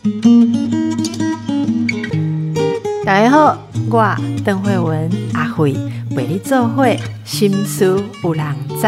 大家好，我邓惠文阿惠陪你做伙，心事有人知。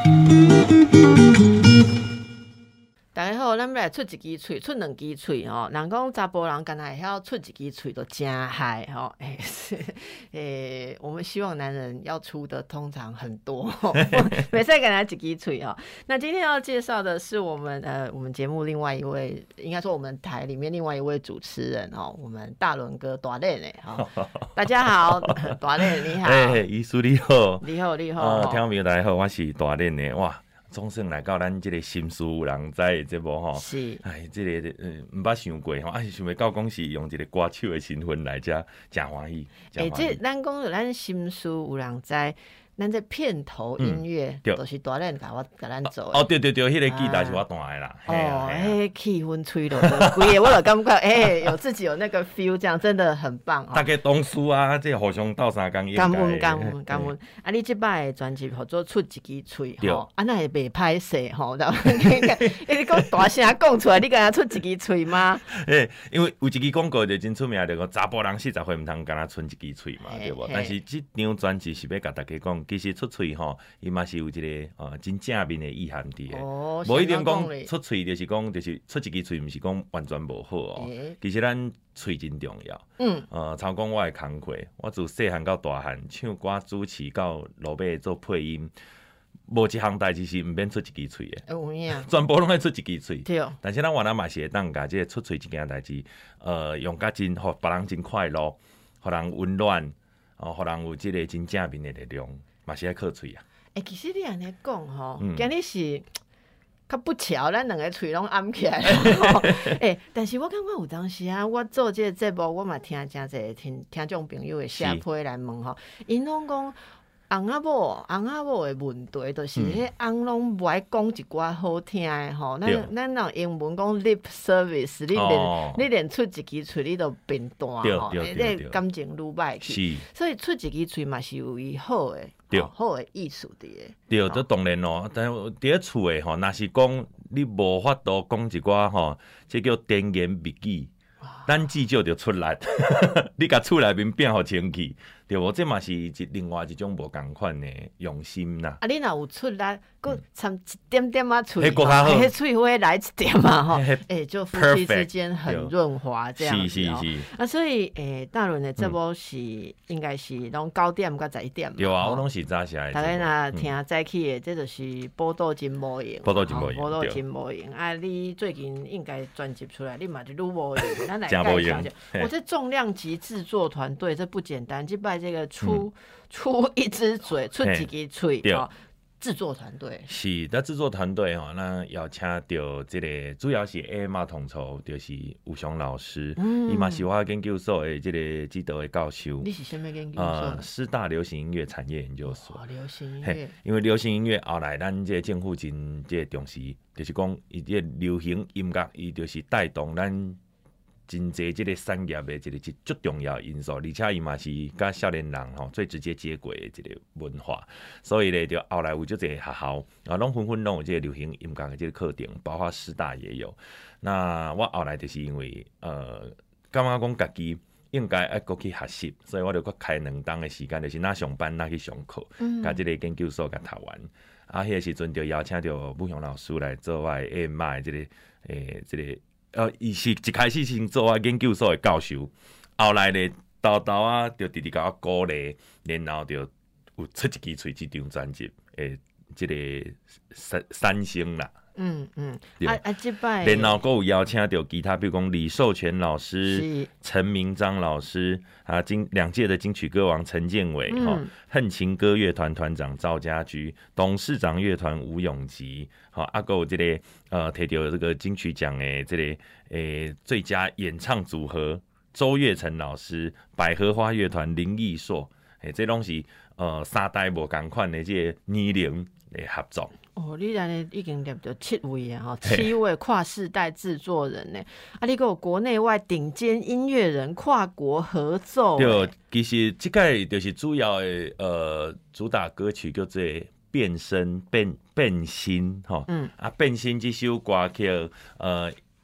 大家好，咱们来出一支嘴，出两支嘴吼。人讲查甫人敢若会晓出一支嘴，都真害吼。我们希望男人要出的通常很多，每次敢若一支嘴吼。那今天要介绍的是我们节目另外一位，应该说我们台里面另外一位主持人哦，我们大伦哥大练诶哈。大家好，大练你好。 医师你好， 你好你好。 听众朋友大家好，我是大练的哇。总算来到咱这个心事有人知的节目吼， 是， 哎，这个唔捌想过吼，是想要到讲是用一个歌手的身份来遮，真欢喜。 这咱讲咱心事有人知。咱这片头音乐都是大练甲咱做的。 哦，对，迄个吉他是我弹的啦。 气氛吹落规个，我就感觉有自己有那个 feel， 这样真的很棒。 大家同事啊，这互相斗相共。 感恩。啊，你这摆的专辑合作出一支嘴吼，啊那也袂歹势吼，你讲大声讲出来，你敢若出一支嘴吗？ 因为有一支广告就真出名，就讲查甫人40岁唔通敢若剩一支嘴嘛，对无？但是这张专辑是要甲大家讲。其实出嘴吼，伊嘛是有一个真正面的意涵伫诶，无一定讲出嘴就是讲就是出一支嘴，毋是讲完全无好哦。其实咱嘴真重要。超讲我的工课，我自细汉到大汉，唱歌、主持到落尾做配音，无一项代志是毋免出一支嘴的。 有影， 全部拢爱出一支嘴。 对。 但是咱原来嘛是会当甲即个出嘴这件代志，用甲真，互别人真快乐，互人温暖，互人有即个真正面的力量。嘛是爱靠嘴啊！ 其实你安尼讲吼，今日是较不巧，咱两个嘴拢暗起来。但是我感觉有当时啊，我做这个节目，我嘛听真侪听众朋友的写批来问吼，因拢讲。翁仔某的问题，就是迄翁拢不爱讲一寡好听的吼。咱用英文讲 lip service， 你连出一支嘴你都变淡吼，你感情愈歹去。所以出一支嘴嘛是有伊好的，好的意思伫诶。 对，这当然咯。但伫咧厝诶吼，若是讲你无法度讲一寡吼，这叫甜言蜜语，咱至少着出力。你甲厝内面变互清气。对无？这嘛是另外一种无共款的用心啦。 你若有出力，佮掺一点点啊嘴， 迄嘴花来一点嘛吼，就夫妻之间很润滑这样子。是。所以大伦的节目是应该是拢9点到11点。 对啊，我拢是早起来。 大家若听早起的，这就是宝岛真无闲。宝岛真无闲啊！你最近应该专辑出来，你嘛就愈无闲。咱来介绍一下，我这重量级制作团队，这不简单。这摆这个出一支嘴，出一支嘴哦，制作团队是，那制作团队吼，那邀请到这个主要是 AMR 统筹，就是吴雄老师，伊嘛是我研究所的这个指导的教授。 你是什么研究所？ 师大流行音乐产业研究所。 流行音乐， 因为流行音乐后来咱这个政府真这个重视，就是讲伊这个流行音乐，伊就是带动咱。真侪即个产业的一个最重要的因素，而且伊嘛是甲少年人吼最直接接轨的一个文化，所以咧就后来有足侪学校啊，拢纷纷拢有即个流行音乐的即个课程，包括师大也有。那我后来就是因为感觉讲家己应该爱过去学习，所以我就搁开2档的时间，就是哪上班哪去上课，甲即个研究所甲读完。啊，迄个时阵就邀请到武雄老师来做我的 AMR 的即个即个。伊是一开始先做我研究所的教授，后来咧豆豆啊，就直甲我鼓励，然后就有出一支嘴这张专辑，这个三星啦。 这摆， 然后还有邀请到其他，比如讲李寿全老师、陈明章老师啊，2届的金曲歌王陈建伟，恨情歌乐团团长赵家驹，董事长乐团吴永吉，还有这个摕到这个金曲奖的这个最佳演唱组合周月成老师，百合花乐团林奕硕，这拢是3代无同款的这个年龄的合作。 你安尼已经列到7位啊，7位跨世代制作人呢。你还有国内外顶尖音乐人跨国合奏。 对，其实这个就是主要的主打歌曲叫做变身变心哈。变心这首歌曲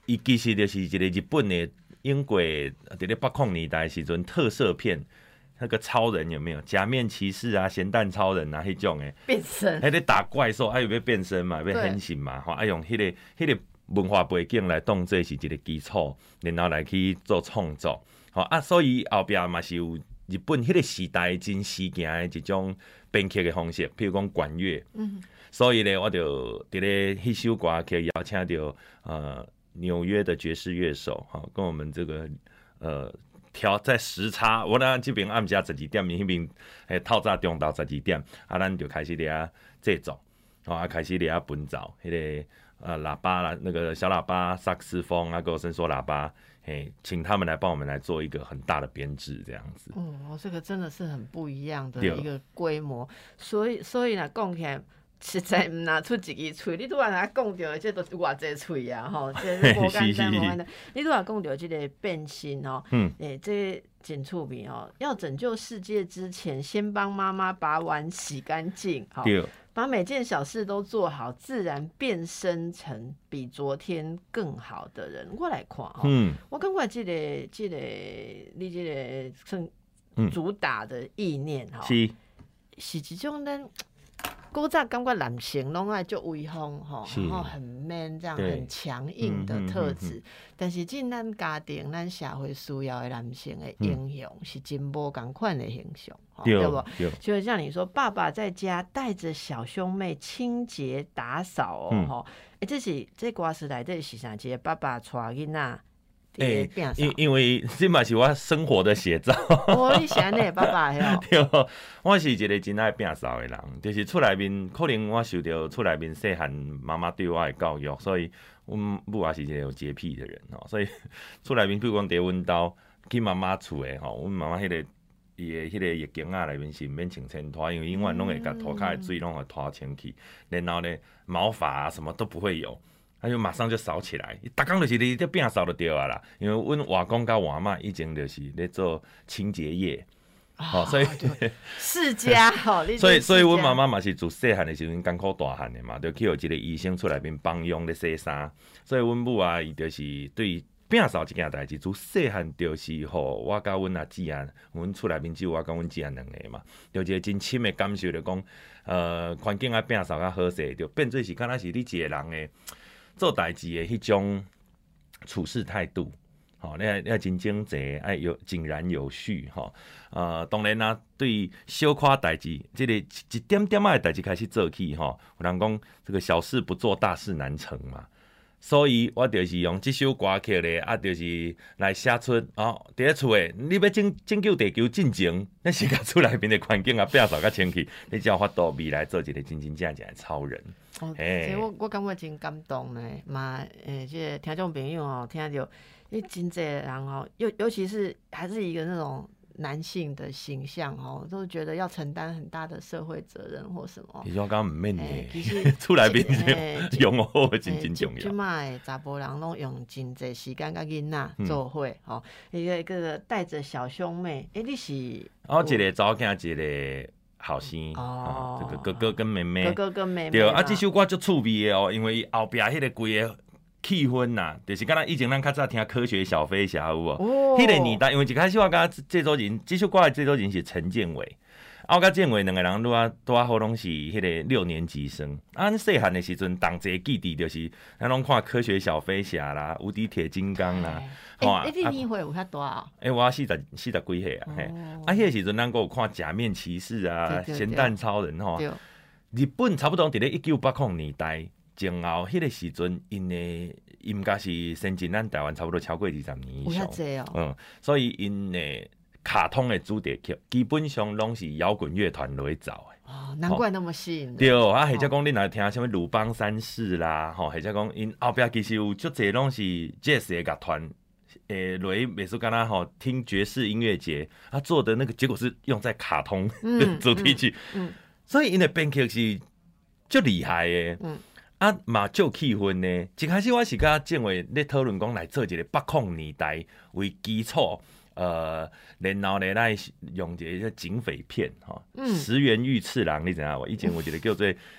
伊其实就是一个日本的英国伫咧80年代时阵特摄片。那个超人有没有假面骑士啊、咸蛋超人啊，迄种诶变身， 还得打怪兽，还有要变身嘛，要変身嘛，吼，用迄个文化背景来当做是一个基础，然后来去做创作，吼啊，所以后壁嘛是有日本迄个时代真实行的一种编曲的方式，譬如讲管乐，所以呢，我就伫咧迄首歌去邀请到纽约的爵士乐手，哈，跟我们这个调在时差，我咱这边暗时12点，迄边透早中昼12点，咱就开始咧制作，开始咧奔走，迄个喇叭啦，那个小喇叭、萨克斯风啊，还有伸缩喇叭，请他们来帮我们来做一个很大的编制，这样子。 这个真的是很不一样的一个规模，所以呢，讲起来。实在唔拿出一支喙，你拄仔讲到的，这都是偌济喙啊，吼，这无简单，无简单。你拄仔讲到这个变心哦，这真趣味哦。要拯救世界之前，先帮妈妈把碗洗干净，好，把每件小事都做好，自然变身成比昨天更好的人。我来看哈，我感觉这个你这个算主打的意念哈，是一种咱。古早感觉男性拢爱就威风吼，然后很 man 这样很强硬的特质，但是进咱家庭、咱社会需要的男性的英雄是真无同款的形象，对不？就像你说，爸爸在家带着小兄妹清洁打扫哦，这歌词内底是啥？一个爸爸带囡仔。 因为这嘛是我生活的写照。 你是安尼爸爸对，我是一个真爱摒扫的人，就是厝内面可能我受到厝内面细汉妈妈对我的教育，所以阮母也是一个有洁癖的人吼，所以厝内面比如讲伫阮兜去妈妈厝的吼，阮妈妈迄个伊的迄个浴巾内面是毋免穿衬拖，因为永远拢会甲涂骹的水拢会拖清去，然后呢毛发啊什么都不会有。他就马上就扫起来，逐工就是你这摒扫就对啊啦。因为阮外公甲外妈以前就是咧做清洁业，所以世家所以阮妈妈嘛是自细汉的时阵艰苦大汉的嘛，就去有一个医生出来边帮佣咧洗衫，所以阮母啊，伊就是对摒扫这件代志，自细汉就是吼，我甲阮阿姊啊，阮厝内面只有我甲阮姊啊两个嘛，就一个真深的感受，就讲环境啊摒扫较好势，就变做是敢若是你一个人的。做代志的迄种处事态度，你要真整齐，爱有井然有序，当然啦，对小可代志，这个一点点仔的代志开始做起，有人讲这个小事不做，大事难成嘛。所以我就是用这首歌曲咧，就是来写出伫咧厝诶，你要拯救地球进前，咱是甲厝内面的环境摒扫甲清气，你才有法度未来做一个真正的超人。 我感觉真感动呢，嘛，这听众朋友听到，因为真侪人尤其是还是一个那种。男性的形象都觉得要承担很大的社会责任或什么。 其实我讲唔免嘅，其实厝内边用好真重要。 即卖查甫人拢用真侪时间甲囡仔做伙，一个带着小兄妹，你是？一个查某囝，一个后生，这个哥哥跟妹妹， 哥哥跟妹妹。 对，这首歌足趣味的因为后壁迄个规个。气氛呐，就是敢若以前咱较早听科学小飞侠有无？迄个年代，因为一开始我甲制作人，这首歌的制作人是陈建伟，我甲建伟两个人拄好拢是迄个6年级生。咱细汉的时阵，同齐记忆就是咱拢看科学小飞侠啦、无敌铁金刚啦。 你年岁有遐大啊？ 我40几岁啊，迄个时阵咱有看假面骑士啊、咸蛋超人吼。日本差不多伫咧1980年代。前后迄个时阵，因的应该是先进咱台湾差不多超过20年以上。所以因的卡通的主题曲基本上拢是摇滚乐团来走的。 难怪那么吸引人。 对，或者讲你若听什么鲁邦三世啦，或者讲因后壁其实有足侪拢是 jazz 的乐团，来美术干啦听爵士音乐节，他做的那个结果是用在卡通的主题曲，所以因的编曲是足厉害的。嘛就气氛呢。一开始我是甲建伟咧讨论讲来做一个80年代为基础，然后呢来用一个警匪片，石原裕次郎，你知影无？以前有一个叫做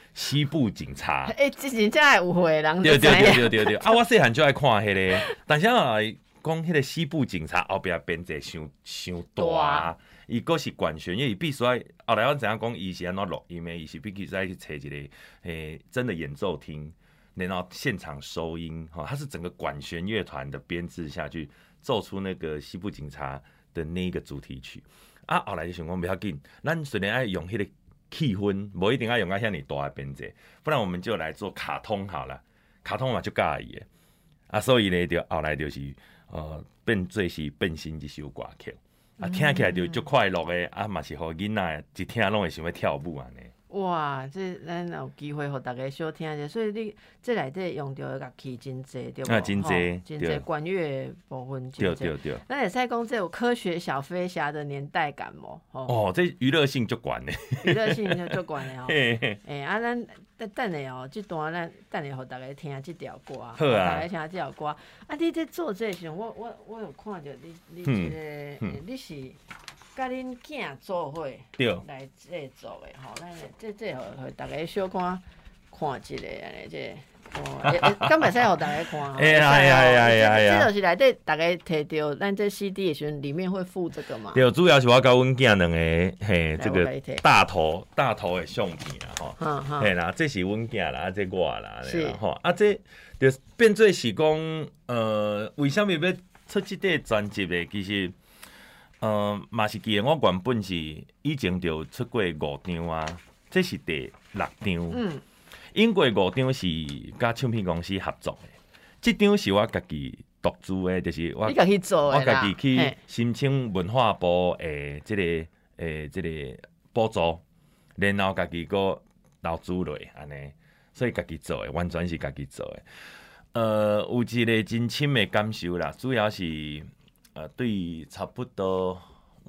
西部警察。 这真正有会人对。啊，我细汉就爱看迄个，但是讲迄个西部警察后壁编制伤大，伊阁是管弦乐，伊必须要后来我知影讲伊是安怎录音的，伊是必须要去找一个真的演奏厅，然后现场收音，它是整个管弦乐团的编制下去奏出那个西部警察的那一个主题曲。啊，后来就想讲不要紧，咱虽然爱用迄个气氛，无一定要用到遐尼大的编制，不然我们就来做卡通好了。卡通嘛就介意的，啊，所以呢，就后来就是变做是变身一首歌曲，啊，听起来就足快乐的，啊，嘛是互囡仔一听拢会想要跳舞安尼。 哇，这咱有机会互大家小听者，所以你这内底用到的乐器真济，对无？ 啊，真济， 真济管乐部分真济。 对。 咱会使讲这有科学小飞侠的年代感无？ 哦，这娱乐性足悬的， 娱乐性就足悬的哦。啊，咱等下哦，这段咱等下互大家听这条歌， 好啊， 大家听这条歌。啊，你在做这时候，我有看到你这个，你是。甲恁囝做伙来制作的吼，咱这互大家小看一下安尼这，敢袂使互大家看？这就是内底大家摕到咱这 CD 的时阵，里面会附这个嘛？ 对，主要是我甲阮囝两个这个大头的相片啦吼，嘿啦，这是阮囝啦，这我啦，吼啊，这就变做是讲为什么要出这个专辑的？其实。嘛是记得我原本是以前就出过5张啊，这是第6张。英国5张是甲唱片公司合作的，这张是我家己独资的，就是我家己做的我家己去申请文化部的这个补助，然后家己个投资落安尼，所以家己做的，完全是家己做的。有一个真深的感受啦，主要是。对，差不多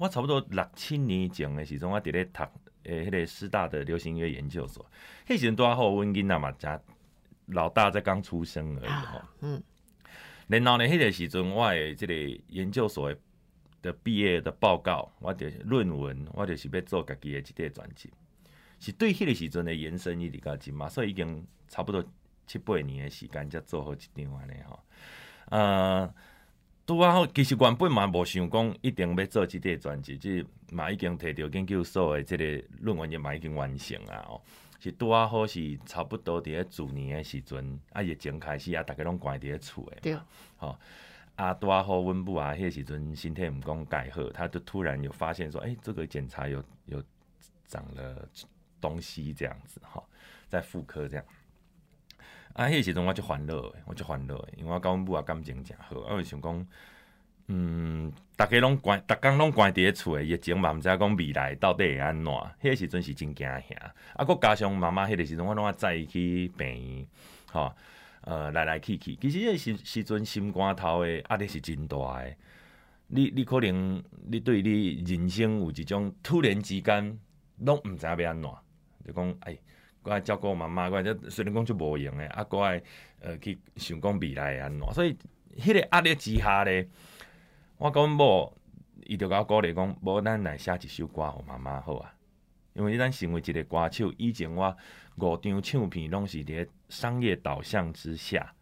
6、7年前的时阵，我伫咧读迄个师大的流行音乐研究所。迄时阵拄好，阮囡仔嘛，老大才刚出生而已吼。然后呢，迄个时阵，我的这个研究所的毕业的报告，我的论文，我就是要做家己的一个专辑，是对迄个时阵的延伸一直到今嘛，所以已经差不多7、8年的时间才做好一张安尼吼。拄好，其实原本嘛无想讲一定要做即个专辑，即嘛已经摕到研究所的即个论文也嘛已经完成啊。是拄好是差不多伫咧去年的时阵，疫情开始大家拢关伫咧厝诶。 对。 拄好阮母啊，迄个时阵身体毋讲介好，他就突然有发现说，这个检查有长了东西这样子在妇科这样。迄个时阵我就欢乐的，因为我甲阮母感情诚好，我就想讲，逐工拢关伫咧厝诶，疫情嘛毋知讲未来到底会安怎？迄个时阵是真惊吓，佮加上妈妈迄个时阵，我拢载伊去病院，来去，其实迄个时阵心肝头诶压力是真大诶。你可能你对你人生有一种突然之间拢毋知要安怎，就讲我爱照顾妈妈，我虽然讲就无用诶，我爱去想讲未来安怎，所以迄个压力之下咧，我讲某伊就甲我鼓励讲，无咱来写一首歌互妈妈好啊，因为咱成为一个歌手，以前我5张唱片拢是伫商业导向之下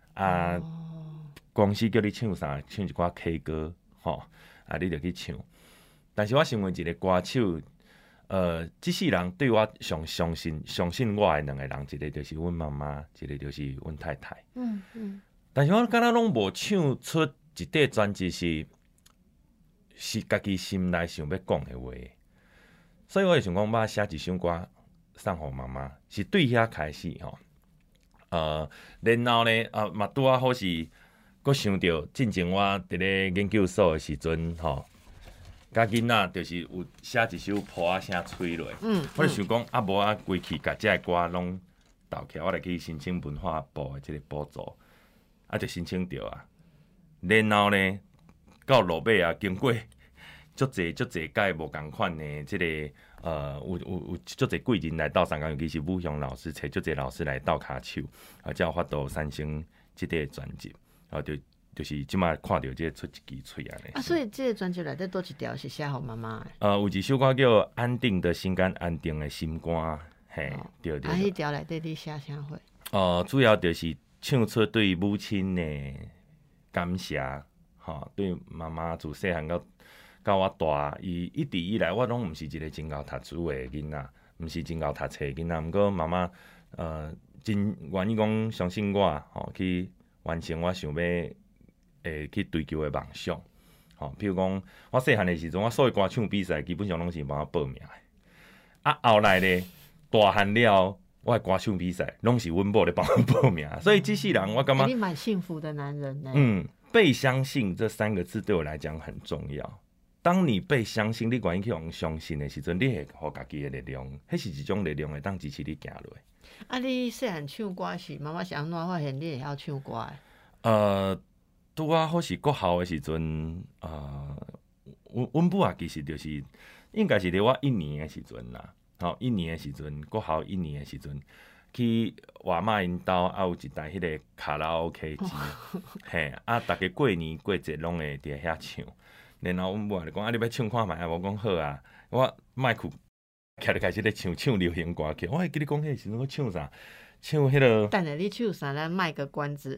公司叫你唱啥，唱一寡 K 歌你就去唱，但是我成为一个歌手。这世人对我相信我的2个人，一个就是阮妈妈，一个就是阮太太。但是我敢若拢无唱出一块专辑是家己心内想要讲的话，所以我就想讲，我写一首歌送互妈妈，是对遐开始然后呢，嘛拄好是，佫想到进前我伫咧研究所的时阵甲囡仔就是有写一首破啊声吹落，我就想讲无归去，甲这个歌拢斗起来，我来去申请文化部的这个补助，就申请到啊。然后呢，到落尾经过足侪届无共款的这个有足侪贵人来到三江，尤其是武雄老师，找足侪老师来斗骹手，才有法度产生这个专辑，就是即摆看到这出一支嘴安尼。所以这个专辑内底多一条是写互妈妈的。 有一首歌叫《安定的心肝，安定的心肝》， 嘿，对。 迄条内底你写啥货？ 主要就是唱出对母亲的感谢，对妈妈自细汉到我大，伊一直以来我拢毋是一个真够读书的囡仔，毋是真够读册的囡仔。毋过妈妈真愿意讲相信我，去完成我想要去追求的梦想。譬如讲，我细汉的时阵，我所有歌唱比赛基本上拢是帮我报名的。后来咧大汉了，我的歌唱比赛拢是阮某咧帮我报名，所以这世人我感觉你蛮幸福的男人呢。 被相信这3个字对我来讲很重要。当你被相信，你愿意去用相信的时阵，你会互家己的力量，迄是一种力量会当支持你行落。 你细汉唱歌时，妈妈是安怎发现你会晓唱歌的？拄啊好是国校的时阵，阮母啊其实就是应该是伫我1年的时阵啦。1年的时阵，国校1年的时阵，去外妈因兜有一台迄个卡拉 OK 机，嘿，大家过年过节拢会伫遐唱。然后阮母就讲：你要唱看卖？我讲好啊，我麦克开始咧唱流行歌曲。我还记你讲迄时阵我唱啥？唱迄个。 等下你唱啥？咱卖个关子。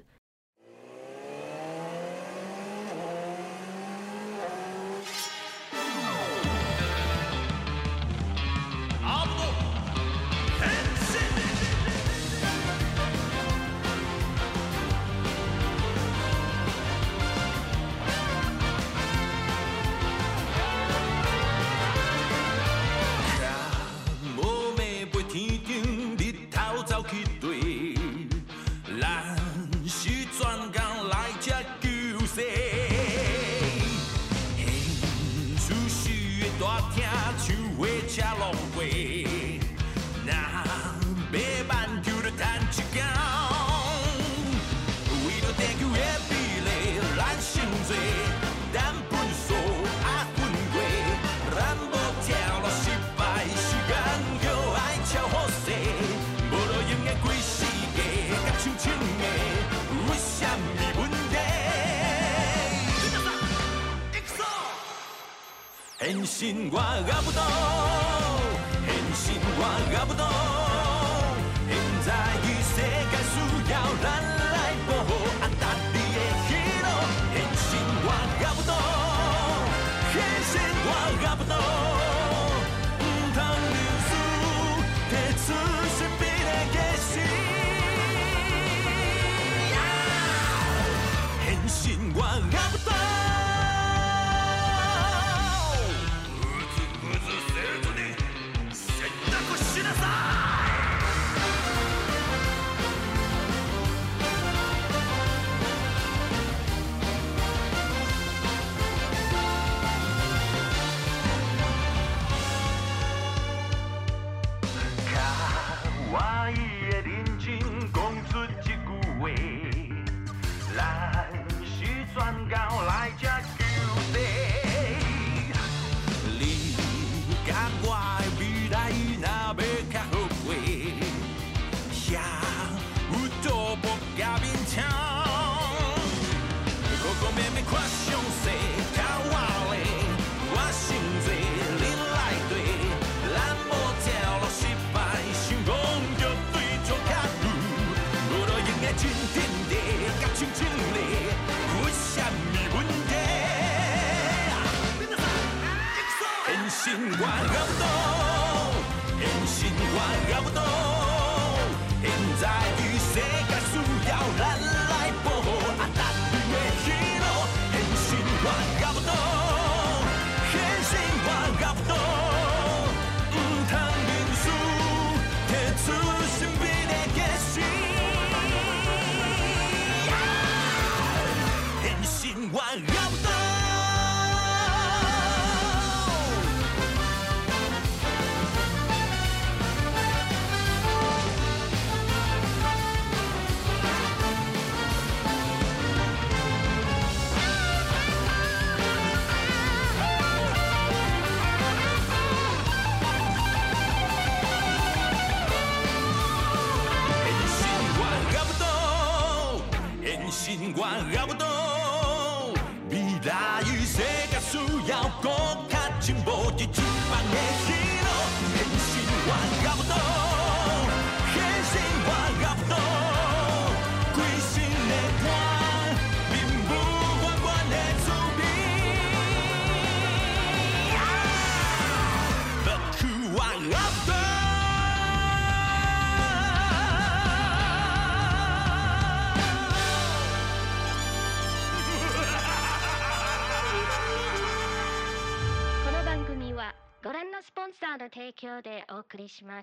変身我がぶどう変身我がぶどう现在与世界需要咱来保护当你的 hero 変身我がぶどう変身我がぶどう不通流速鉄神秘的決心変身我がぶどう我がぶどう未来世界需要国家進步一番的 hero 変身我がぶどうナの提供でお送りします。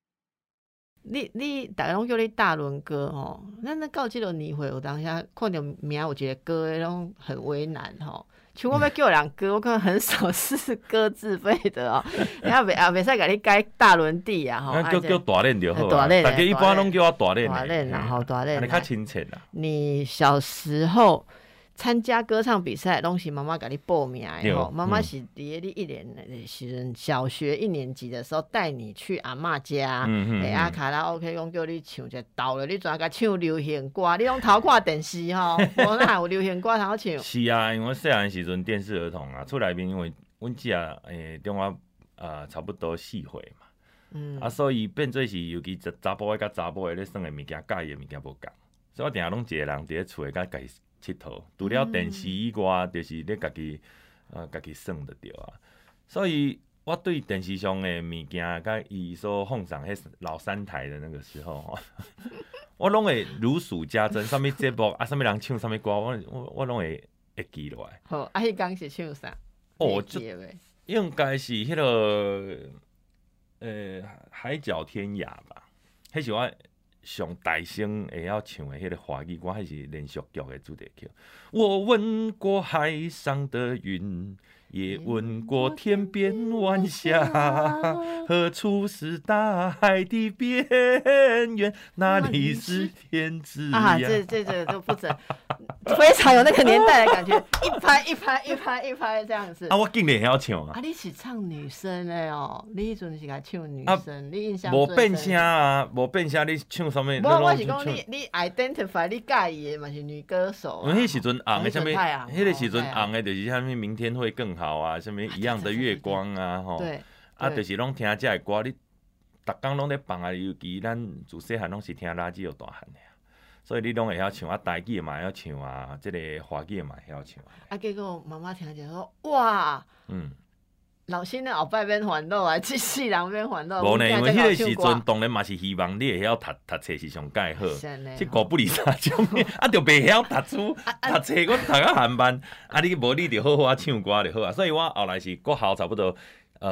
你大家拢叫你大伦哥吼，咱到即个年岁有当下看到名有一个哥的拢很为难吼。像我要叫人哥，我可能很少是哥字辈的哦。然后袂使甲你改大伦弟啊吼。 叫大练就好啊。 大练， 大家一般拢叫我大练。 大练啦，吼大练。 你较亲切啦。 你小时候参加歌唱比赛，拢是妈妈给你报名的吼。妈妈是伫你一年的时阵，小学1年级的时候带你去阿嬷家，啊卡拉 OK 讲叫你唱者，到了你专甲唱流行歌，你拢偷看电视吼，无哪有流行歌通唱？ 是啊，因为我细汉时阵电视儿童啊，厝内面因为阮姐中我差不多4岁嘛，所以变做是尤其查甫的甲查某的咧耍的物件，介意的物件无共，所以我定下拢一个人伫咧厝诶，甲家己佚佗，除了电视以外，就是咧家己耍就对啊。所以我对电视上的物件，甲伊所放上迄老三台的那个时候吼，我拢会如数家珍，啥物节目啊，啥物人唱啥物歌，我拢会记落来。 好，迄天是唱啥？ 就应该是迄个海角天涯吧，迄是我上大声会晓唱的迄个华语歌，迄是连续剧的主题曲。我问过海上的云，也问过天边晚霞，何处是大海的边缘？哪里是天之涯？ 啊，这都不准，非常有那个年代的感觉，一拍一拍一拍一拍这样子。 啊，我竟然会晓唱啊！ 啊，你是唱女生的哦，你迄阵是甲唱女生，你印象无变声啊，无变声，你唱什么？ 我是讲你 identify 你介意的嘛是女歌手。 因为迄时阵红的啥物，迄个时阵红的就是啥物明天会更好啊，什么一样的月光啊，吼。对。啊，就是拢听这个歌，你逐工拢咧放啊，尤其咱自细汉拢是听垃圾有大汉的啊，所以你拢会晓唱啊，台语嘛会晓唱啊，这个华语嘛会晓唱。 啊，结果妈妈听就说哇，老新的后摆免烦恼啊，这世人免烦恼。 无呢，因为迄个时阵当然嘛是希望你会晓读册是上介好，即五不离三种，啊，就袂晓读书，读册我读到寒班，啊，你无你就好好唱歌就好啊。所以我后来是国校差不多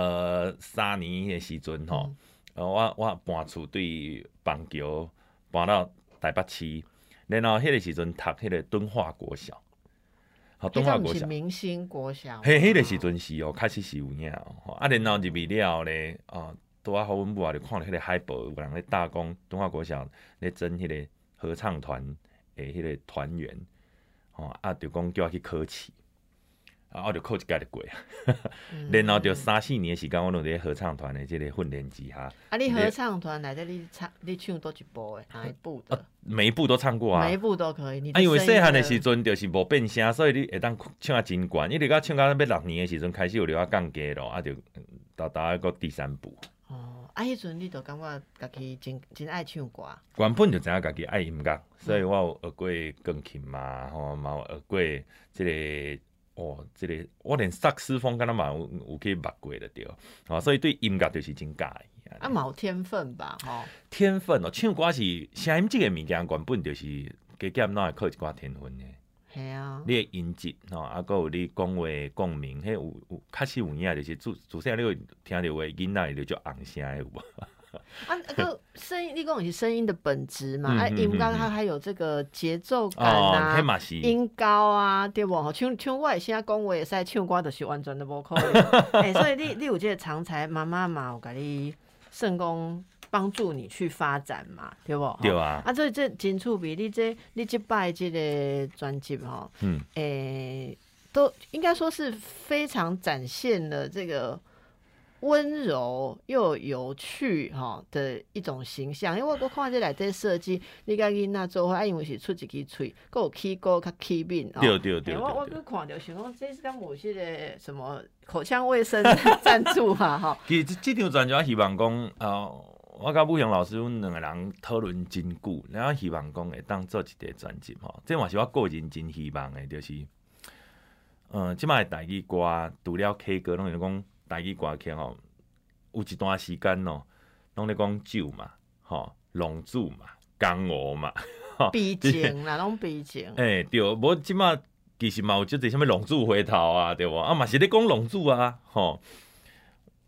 3年的时阵吼，我搬厝对邦桥搬到台北市，然后迄个时阵读迄个敦化国小。敦化国小， 明星国小， 迄个时阵是哦，开始是有影哦。啊，然后入去了咧，拄啊好，阮母啊就看到迄个海报，有人咧打讲敦化国小咧争迄个合唱团的迄个团员，啊，就讲叫我去考试，啊，我就考一届就过，然后就3-4年的时间，我拢伫合唱团的这个训练之下。 啊，你合唱团内底你唱多一部的，哪一部的？ 每一部都唱过啊， 每一部都可以。 因为细汉的时阵就是无变声，所以你会当唱啊真悬。一直到唱到要6年的时阵，开始有了降低咯，啊就到个第3部。 哦，啊，迄阵你就感觉家己真爱唱歌。 原本就知影家己爱音乐，所以我有学过钢琴嘛，嘛有学过这个。这个我连萨克斯风敢若嘛有去捌过的对，所以对音乐就是真介意。 啊，嘛有天分吧， 天分唱歌是声音这个物件，原本就是加减哪会靠一寡天分的。 系啊， 你的音质啊，还有你讲话共鸣，迄有确实有影，就是自细你会听到话，囡仔就叫红声的有无？ 啊，那个声音，你讲是声音的本质嘛？啊，音高它还有这个节奏感啊，音高啊，对不？像我现在讲话会使唱歌，就是完全都无可能。所以你有这个长才，妈妈嘛有甲你圣公帮助你去发展嘛，对不？ 对啊。 啊，所以这真趣味，你这摆这个专辑哈，都应该说是非常展现了这个。温柔又有趣的一种形象，因为我看这内底设计，你甲囡仔做伙，因为是出一支嘴，佮有起歌较起面。 对。 我去看到想讲，这是敢有迄个什么口腔卫生赞助嘛？ 其实这张专辑我希望讲，我甲武雄老师阮两个人讨论真久，然后希望讲会当做一个专辑这嘛是我个人真希望的，就是即摆台语歌除了 K 歌，拢是讲。台语歌曲有一段时间拢咧讲酒嘛，龙珠嘛，江湖嘛， 悲情啦，拢悲情。 对，无即马其实嘛有即个什么龙珠回头啊，对无？啊嘛是咧讲龙珠啊，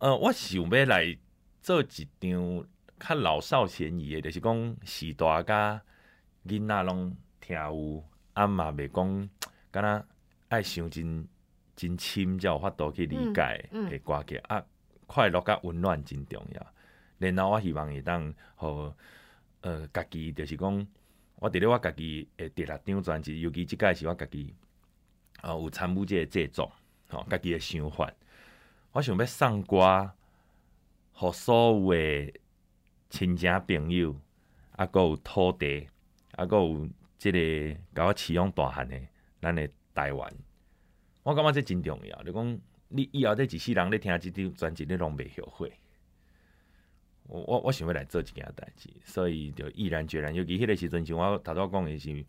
我想要来做一张较老少咸宜的，就是讲时大甲囡仔拢听有，嘛袂讲敢若爱想真深，才有法度去理解的歌曲快乐甲温暖真重要。然后我希望会当互家己，就是讲我伫咧我家己的第6张专辑，尤其即届是我家己有参与这个制作，家己的想法。我想要送歌，互所有的亲情朋友，还有土地，还有即个甲我饲养大汉的咱的台湾。我感觉这真重要。就讲你以后这一世人咧听即张专辑，你拢袂后悔。我想要来做一件代志，所以就毅然决然。尤其迄个时阵，像我头拄讲的是，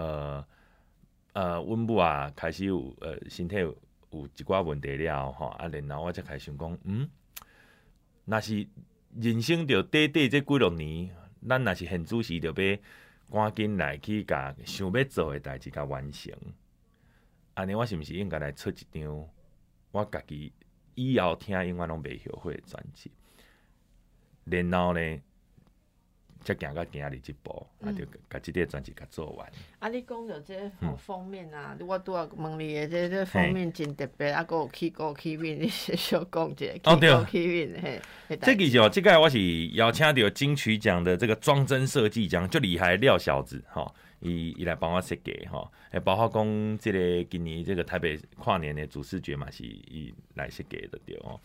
阮母啊开始有身体有一寡问题了吼，然后我才开始想讲，若是人生着短这几落年，咱若是现主时着要赶紧来去甲想要做的代志甲完成。安尼我是毋是应该来出一张我家己以后听永远拢袂后悔的专辑？然后呢，才行到今日这步，就把这个专辑给做完。 你讲到这封面啊，我拄仔问你的这封面真特别，还有起歌起面，你小讲一下起歌起面嘿。 这其实这个我是邀请到金曲奖的这个装帧设计奖最厉害的廖小子哈，伊来帮我设计哈，包括讲这个今年这个台北跨年的主视觉嘛是伊来设计的对哦。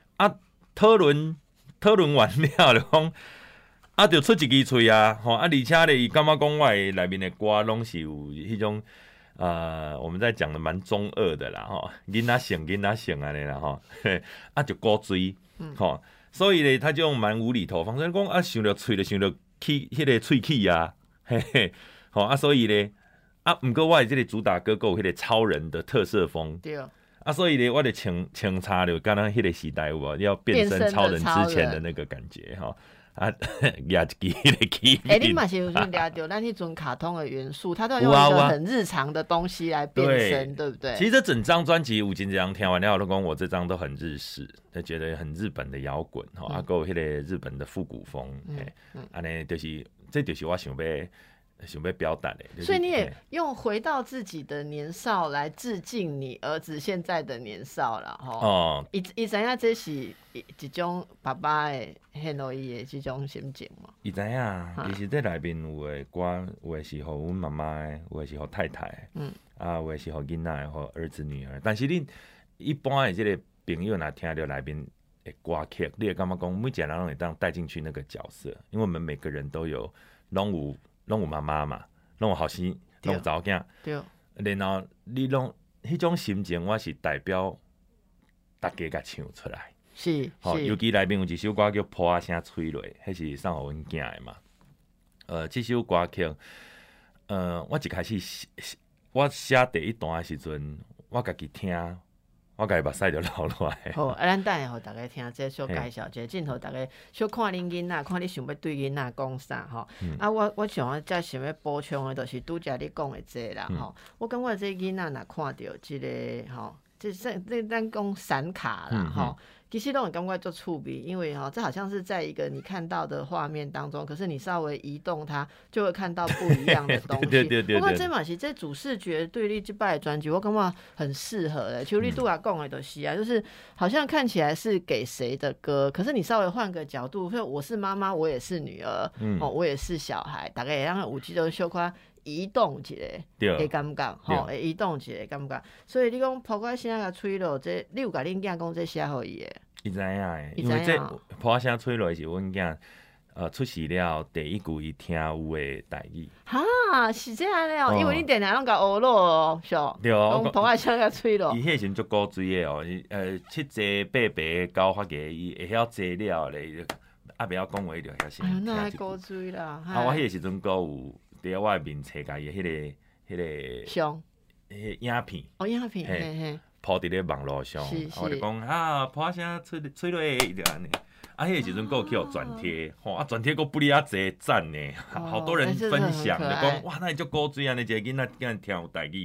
讨论完了就讲，就出一支嘴啊，而且咧，伊感觉讲我的内面的歌拢是有迄种我们在讲的蛮中二的啦，囡仔性安尼啦，就古锥，所以咧，他就蛮无厘头方式讲想着喙就想着起迄个喙齿啊，嘿嘿，所以咧，毋过我的这个主打歌有迄个超人的特色风， 对。 所以呢，我的穿插就刚刚迄个时代有要变身超人之前的那个感觉哈，压一支迄个起面。 你嘛是有抓到咱迄种卡通的元素，它都要用一个很日常的东西来变身，对不对？ 其实这整张专辑有真这样听完了，我都讲我这张都很日式，就觉得很日本的摇滚哈，还有迄个日本的复古风，安尼就是这就是我想要表达的， 所以你也用回到自己的年少来致敬你儿子现在的年少啦，吼。伊知影这是一种爸爸的很乐意的这种心情嘛？ 伊知影，其实这内面有的歌，有的是互阮妈妈的，有的是互太太的，有的是互囡仔的，互儿子女儿。但是你一般的这个朋友若听到内面的歌曲，你会感觉讲每一个人拢会当带进去那个角色，因为我们每个人都有拢有妈妈嘛，拢有后生，拢有查某囝。对。然后你拢迄种心情，我是代表大家甲唱出来。 是。 尤其内面有一首歌叫《破啊声吹落》，迄是送互阮囝的嘛。这首歌曲，我一开始我写第一段的时阵，我家己听。我家己目屎就流落来。 好，咱等下互大家听这小介绍者，镜头大家小看恁囡仔，看你想要对囡仔讲啥吼。我想再想要补充的，就是拄则你讲的这啦吼。我感觉这囡仔若看到这个吼，这咱讲闪卡啦吼。其实都很感觉做触笔，因为这好像是在一个你看到的画面当中，可是你稍微移动它，就会看到不一样的东西。对。不过这嘛是这主视觉对你这摆的专辑，我感觉很适合的。就你拄仔讲的就是就是好像看起来是给谁的歌，可是你稍微换个角度，说我是妈妈，我也是女儿，我也是小孩，大概让有这种小可移动一个的感觉，会移动一个感觉。所以你讲破我声甲吹落，这你有甲恁囝讲这写互伊的？ 伊知影诶，因为这破声吹落是阮囝出世了第一句伊听有诶台语。 哈，是这样了，因为你定定拢甲学落哦，是。 对啊， 讲破声甲吹落。 伊迄时阵足古锥诶哦，七坐八爬高发个，伊会晓坐了咧，袂晓讲话就遐先。 哎呦，那古锥啦！ 我迄个时阵阁有伫我诶面册甲伊迄个相， 影片。 影片，嘿。 抛伫咧网络上，我就讲破声吹落就安尼。迄个时阵佫有去互转贴，转贴佫不哩侪赞呢，好多人分享，就讲哇，那就古锥安尼一个囡仔竟然听有台语，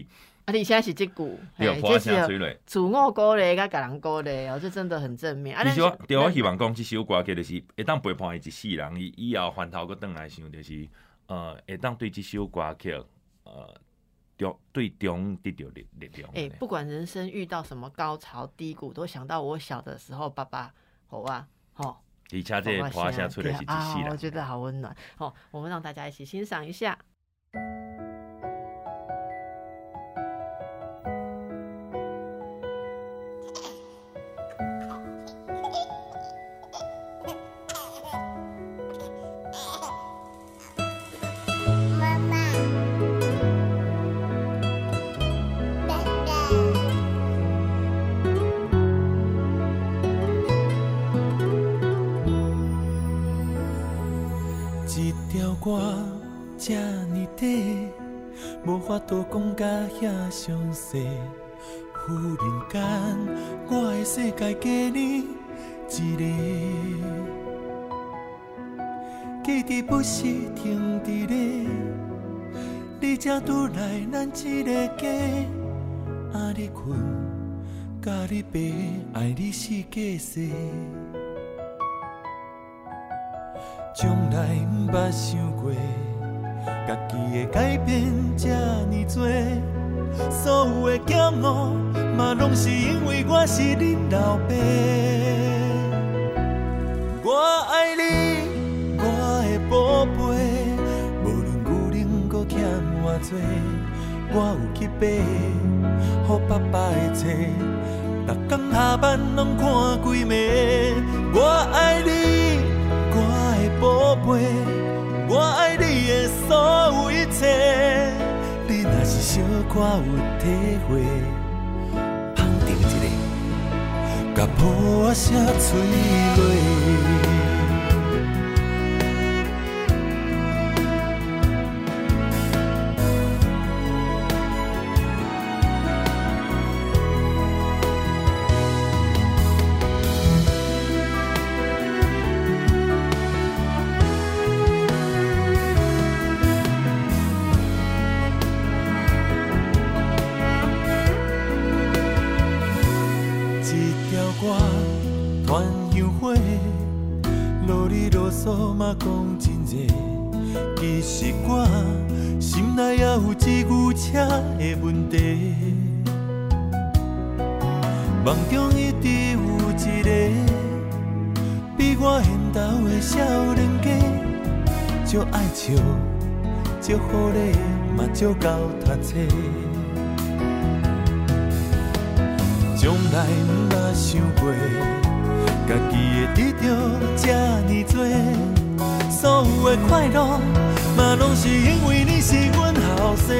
而且是这句， 对，花声吹落， 自我鼓励甲人鼓励哦，这真的很正面。 其实我希望讲这首歌就是会当陪伴伊一世人，伊以后翻头佫倒来想，就是会当对这首歌曲对中得到力量。 不管人生遇到什么高潮低谷，都想到我小的时候，爸爸好啊，吼。 而且这花声吹来是一世人， 我觉得好温暖。好，我们让大家一起欣赏一下。 歌这呢短，无法度讲甲遐详细。忽然间，我的世界加你一个，记忆不是停伫咧，你才拄来咱这个家。啊，你困，甲你爬，爱你是假势。从来毋捌想过，家己会改变这呢多，所有的骄傲嘛，拢是因为我是恁老爸。我爱你，我的宝贝，无论牛奶搁欠偌多，我有去买，予爸爸的册，逐工下班拢看规暝。我爱你。我的宝贝，我爱你的所有一切，你若是小可有体会，捧着一个，甲抱声吹落。嘛讲真热，其实我心内也有一牛车的问题，梦中一直有一个比我现头的少年家，足爱笑，足好礼，嘛足够读册，从来毋捌想过。家己会得到这呢多，所有的快乐嘛，拢是因为你是阮后生。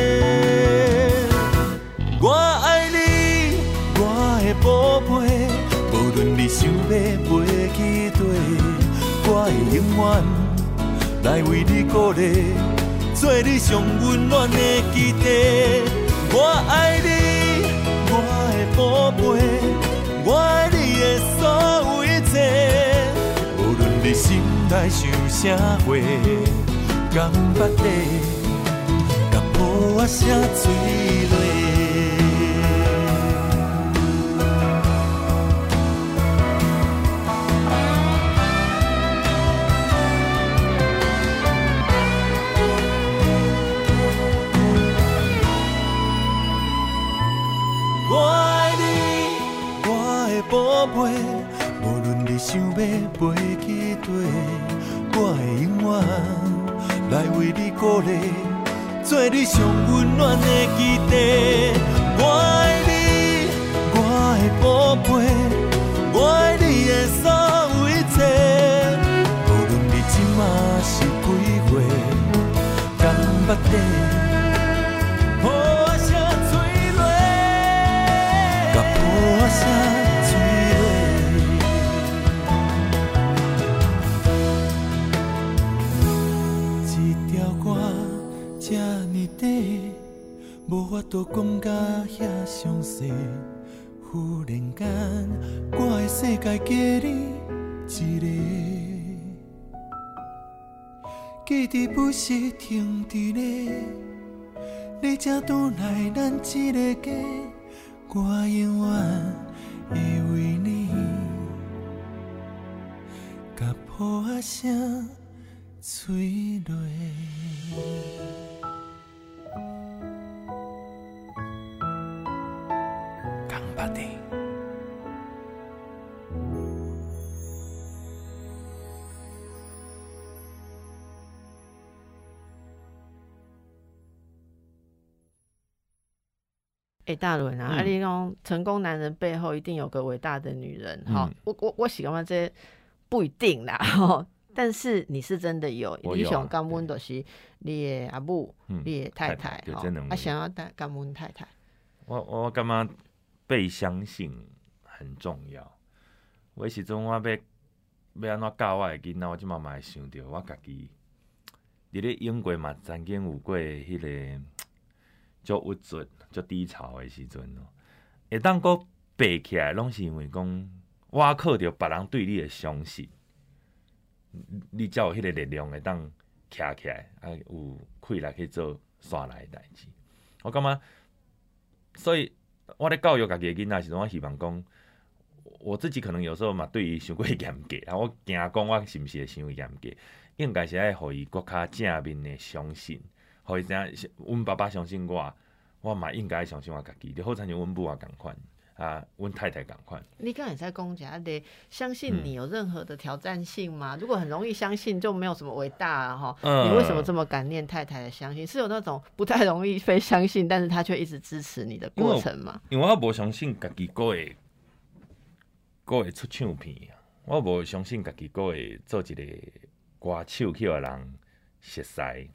我爱你，我的宝贝，无论你想要飞去佗，我会永远来为你鼓励，做你上温暖的基地。我爱你，我的宝贝。我爱你的所有一切，无论你心内想啥话，敢捌底，甲抱声吹落。宝贝，无论你想要飞去佗，我会永远来为你鼓励，做你上温暖的基地。我爱你，我的宝贝，我爱你的所有一切，无论你今仔是几岁，敢捌底。抱声吹落，甲抱声。这呢短，无法度讲甲遐详细。忽然间，我的世界加你一个，记忆不是停伫咧， 你才转来咱这个家，我永远会为你，甲抱仔声吹落。港北地。 大伦啊，你讲成功男人背后一定有个伟大的女人，我喜欢这不一定啦，但是你是真的有，你想感恩就是你的阿母，你的太太，想要感恩太太。 我感觉被相信很重要。有时阵我要安怎教我的囡仔，我即嘛会想到我家己，伫咧英国嘛曾经有过迄个足郁卒、足低潮的时阵咯，会当阁爬起来，拢是因为讲我靠着别人对你的相信，你才有迄个力量会当徛起来，有气力去做线内的代志。我感觉，所以我咧教育家己的囡仔时阵，我希望讲，我自己可能有时候嘛对伊伤过严格，我惊讲我是毋是会伤严格，应该是爱互伊搁较正面的相信。互伊知影，阮爸爸相信我，我嘛应该相信我家己，就好像阮母也共款，阮太太共款。 你刚才在讲讲得相信你有任何的挑战性吗？如果很容易相信，就没有什么伟大哈。你为什么这么感念太太的相信？是有那种不太容易非相信，但是他却一直支持你的过程吗？ 因为我无相信家己阁会出唱片，我无相信家己阁会做一个歌手去互人熟悉。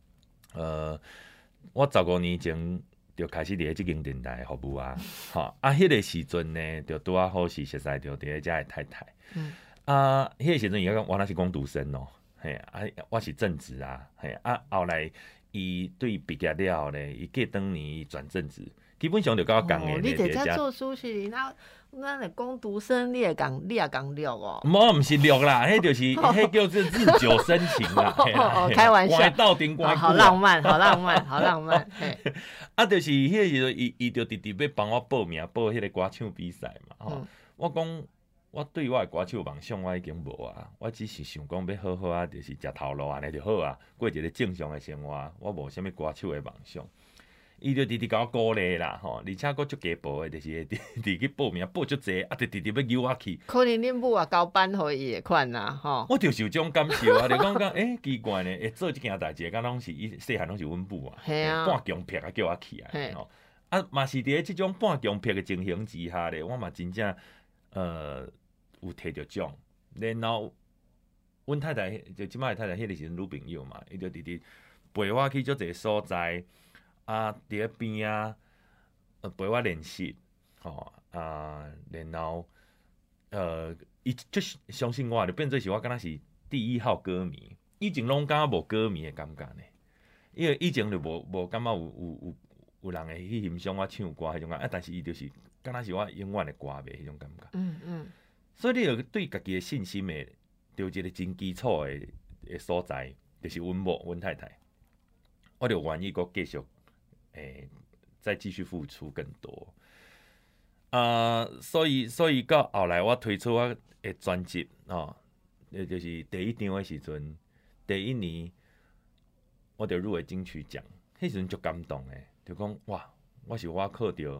我15年前就开始伫即间电台服务啊，迄个时阵呢，就拄啊好是熟悉着伫遮的太太。迄个时阵伊讲我那是工读生哦，我是正职啊，后来伊对毕业了后呢，伊过当年伊转正职，基本上就甲我共个。 你在遮做书是咱的工读生，你也讲录哦？ 毋是录啦，迄就是迄叫做日久生情啦。 开玩笑， 到顶关好浪漫，好浪漫，好浪漫。 就是迄个时阵，伊就直直要帮我报名报迄个歌唱比赛嘛。我讲我对我的歌手梦想我已经无啊，我只是想讲要好好啊，就是食头路安尼就好啊，过一个正常的生活。我无啥物歌手的梦想。伊就直直甲我鼓励啦，而且佫足家暴的，就是直直去报名报足济，就直直要揪我去。 可能恁母也交班互伊的款啦， 我就是有这种感受啊，就讲奇怪呢，会做即件代志，敢拢是伊细汉拢是阮母啊，半强迫叫我去啊，嘛是伫即种半强迫的情形之下咧，我嘛真正有摕着奖，然后阮太太就即摆的太太，迄个是女朋友嘛，伊就直直陪我去足侪所在。伫咧边陪我练习，然后伊就相信我，就变做是我敢若是第一号歌迷。以前拢感觉无歌迷的感觉呢，因为以前就无感觉有人会去欣赏我唱歌迄种感觉，但是伊就是敢若是我永远的歌迷迄种感觉。所以你就对家己的信心的，就一个真基础的所在，就是阮某阮太太，我就愿意阁继续。再继续付出更多，所以到后来我推出我的专辑就是第一张的时阵，第一年我就入围金曲奖，迄时阵足感动的，就讲哇，我靠着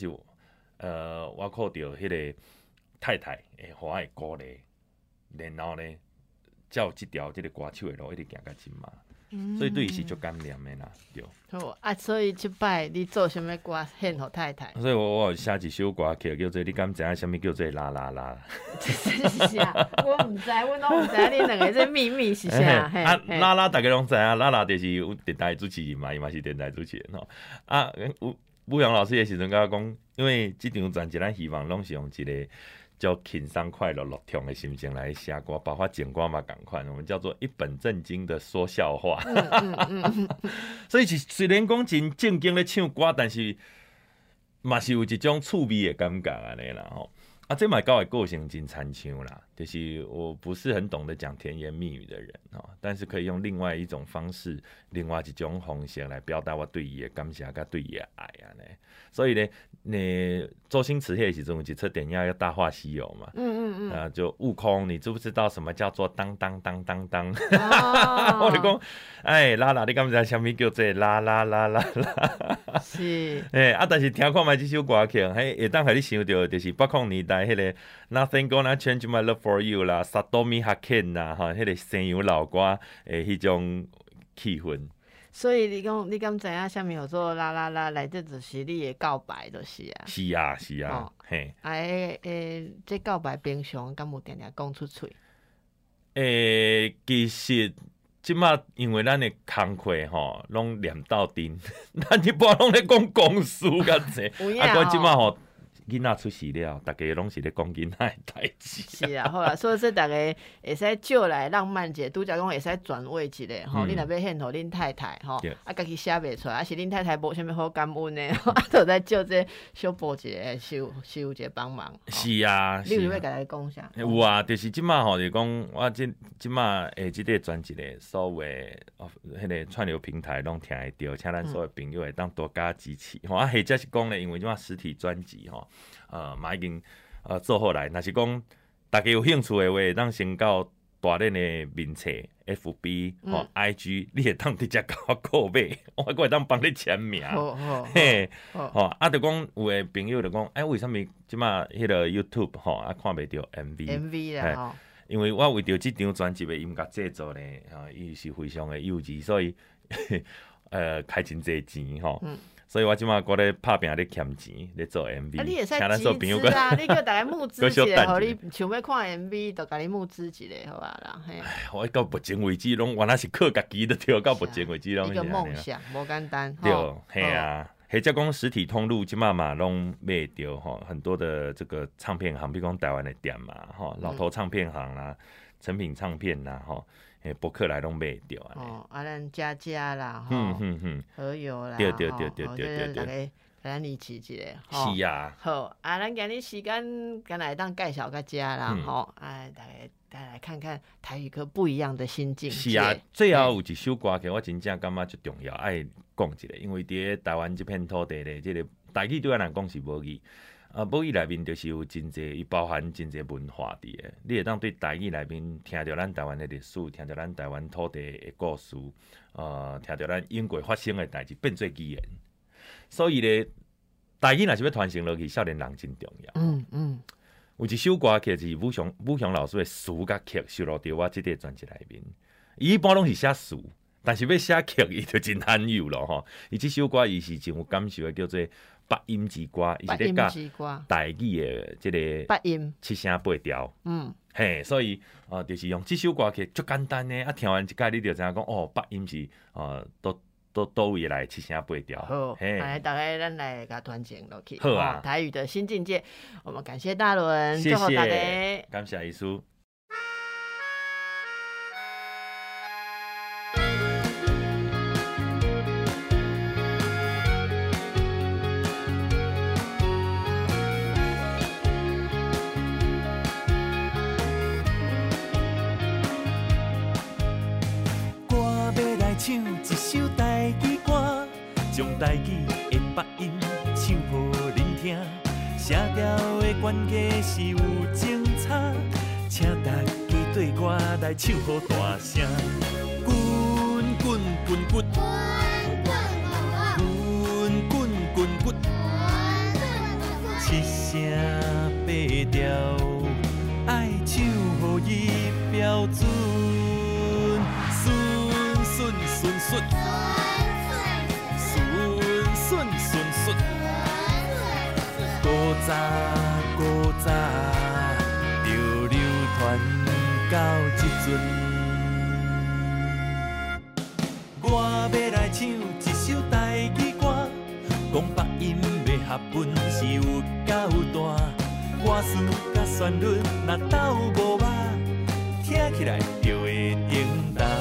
迄个太太会互我的鼓励，然后呢，才有即条即个歌手的路一直行到今嘛。所以对伊是足感念的啦，对。 好所以即摆你做啥物歌献互太太？ 所以我有写一首歌曲叫做，你敢知影啥物叫做啦啦啦？ 是啊，我毋知，阮拢毋知，恁两个这秘密是啥？ 啦啦，大家拢知影，啦啦就是有电台主持人嘛，伊嘛是电台主持人吼。武阳老师的时阵甲我讲，因为即张专辑咱希望拢是用一个叫轻松快乐乐痛的心情来写歌，包括剪歌嘛同款，我们叫做一本正经的说笑话。所以虽然讲真正经咧唱歌，但是嘛是有一种趣味的感觉安尼啦吼。这嘛甲我个性真参像啦， 就是我不是很懂得讲甜言蜜语的人但是可以用另外一种方式、另外一种方式来表达我对伊的感谢跟对伊的爱呢。所以呢，周星驰那时阵有一出电影叫《大话西游》嘛，就悟空，你知不知道什么叫做当当当当当？我就讲，啦啦，你敢知道什么叫做啦啦啦啦啦？ 是， 但是听看卖这首歌曲，会当互你想到就是80年代迄个 Nothing Gonna Change My Love For You 啦 ，Satomi Haken 啦，迄个西洋老歌迄种气氛。 所以你讲，你敢知影啥物叫做啦啦啦？内底就是你的告白，就是啊。 是啊，嘿。 这告白平常敢有定定讲出嘴？ 其实即马因为咱的工课拢念到顶，咱一般拢咧讲公事较济。我即马囡仔出世了，大家拢是咧讲囡仔的代志。 是啊，好啦，所以说大家会使借来浪漫者，拄则讲会使转慰一下吼。你若要献互恁太太吼，家己写袂出来，是恁太太无啥物好感恩的，就再借这小波一个收一个帮忙。 是啊， 你有要甲伊讲啥？ 有啊，就是即马就讲我即马即个专辑的所有迄个串流平台拢听会到，请咱所有朋友会当多加支持。或者是讲咧，因为即马实体专辑嘛已经做好来。若是讲大家有兴趣的话，会当先到大恁的面册 FB IG， 你会当直接甲我购买，我会当帮你签名。嘿，就讲有的朋友就讲，为什么即马迄个 YouTube 看袂到 MV 啦？ 因为我为着即张专辑的音乐制作呢，伊是非常的幼稚，所以开真济钱所以我即马过咧拍拼咧欠钱咧做 MV， 你会使集资啊！你叫大家募资一下，互你想要看 MV， 就甲你募资一下，好吧啦。 我到目前为止拢原来是靠家己的对，到目前为止拢一个梦想，无简单。 对，嘿啊，或者讲实体通路即马嘛拢买着很多的这个唱片行，比如讲台湾的店嘛老头唱片行啦、成品唱片啦博客来拢买着咱家啦，和友啦， 对， 大家咱一起一个， 是啊， 好咱今日时间敢来当介绍个家啦，大家来看看台语歌不一样的心境。 是啊，最后有一首歌曲，我真正感觉最重要，爱讲一下，因为伫台湾这片土地咧，这个台语对我来讲是母语。母语内面就是有真济，伊包含真济文化伫诶。你会当对台语内面听着咱台湾的历史，听着咱台湾土地的故事，听着咱英国发生的代志，变做语言。所以咧，台语若是要传承落去，少年人真重要。有一首歌曲是武雄老师的词甲曲收录伫我即个专辑内面。伊一般拢是写词，但是要写曲，伊就真罕有咯伊即首歌伊是真有感受的，叫做。八音之歌，伊是咧教台语的即个八音七声八调，所以就是用即首歌曲足简单呢，听完一解你就知影讲八音是都位来七声八调。 好，来大家咱来甲传承落去。 好啊， 台语的新境界，我们感谢大伦， 谢谢大家， 感谢医师。 唱一首台语歌，将台语的八音唱予恁听。写条的关键是有精彩，请大家对我来唱好大声。滚滚滚滚，滚滚滚滚，七声八调，爱唱予伊标准。顺顺顺，古早古早，流流传到即阵。我要来唱一首台语歌，讲八音要合本是有够大，歌词甲旋律若斗无吧，听起来就会叮当。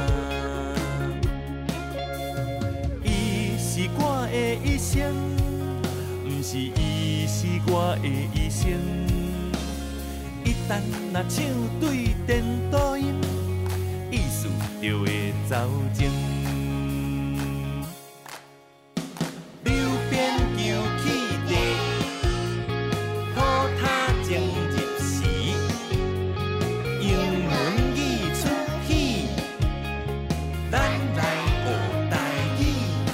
是我的一生，不是伊是我的一生。一单若唱对电导音，意思就会走情。流边求起地，土塔正入时，英文语出戏，咱来学台语。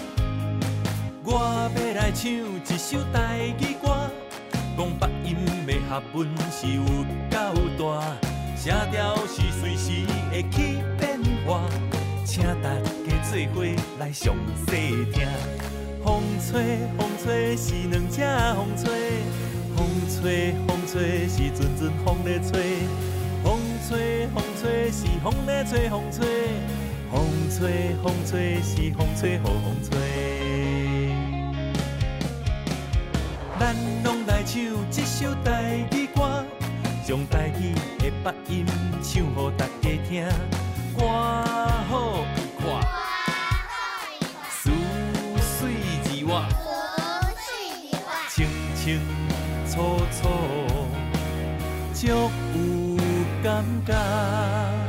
我要来唱一首台语歌，讲八音的合文是有够大，声调是随时会起变化，请大家做伙来详细听。风吹风吹是两只风吹，风吹风吹是阵阵风在吹，风吹风吹是风在吹风吹，风吹风吹是风吹雨风吹。咱拢来唱一首台语歌，将台语的八音唱予大家听。歌好一看，词水字画，清清楚楚，足有感觉。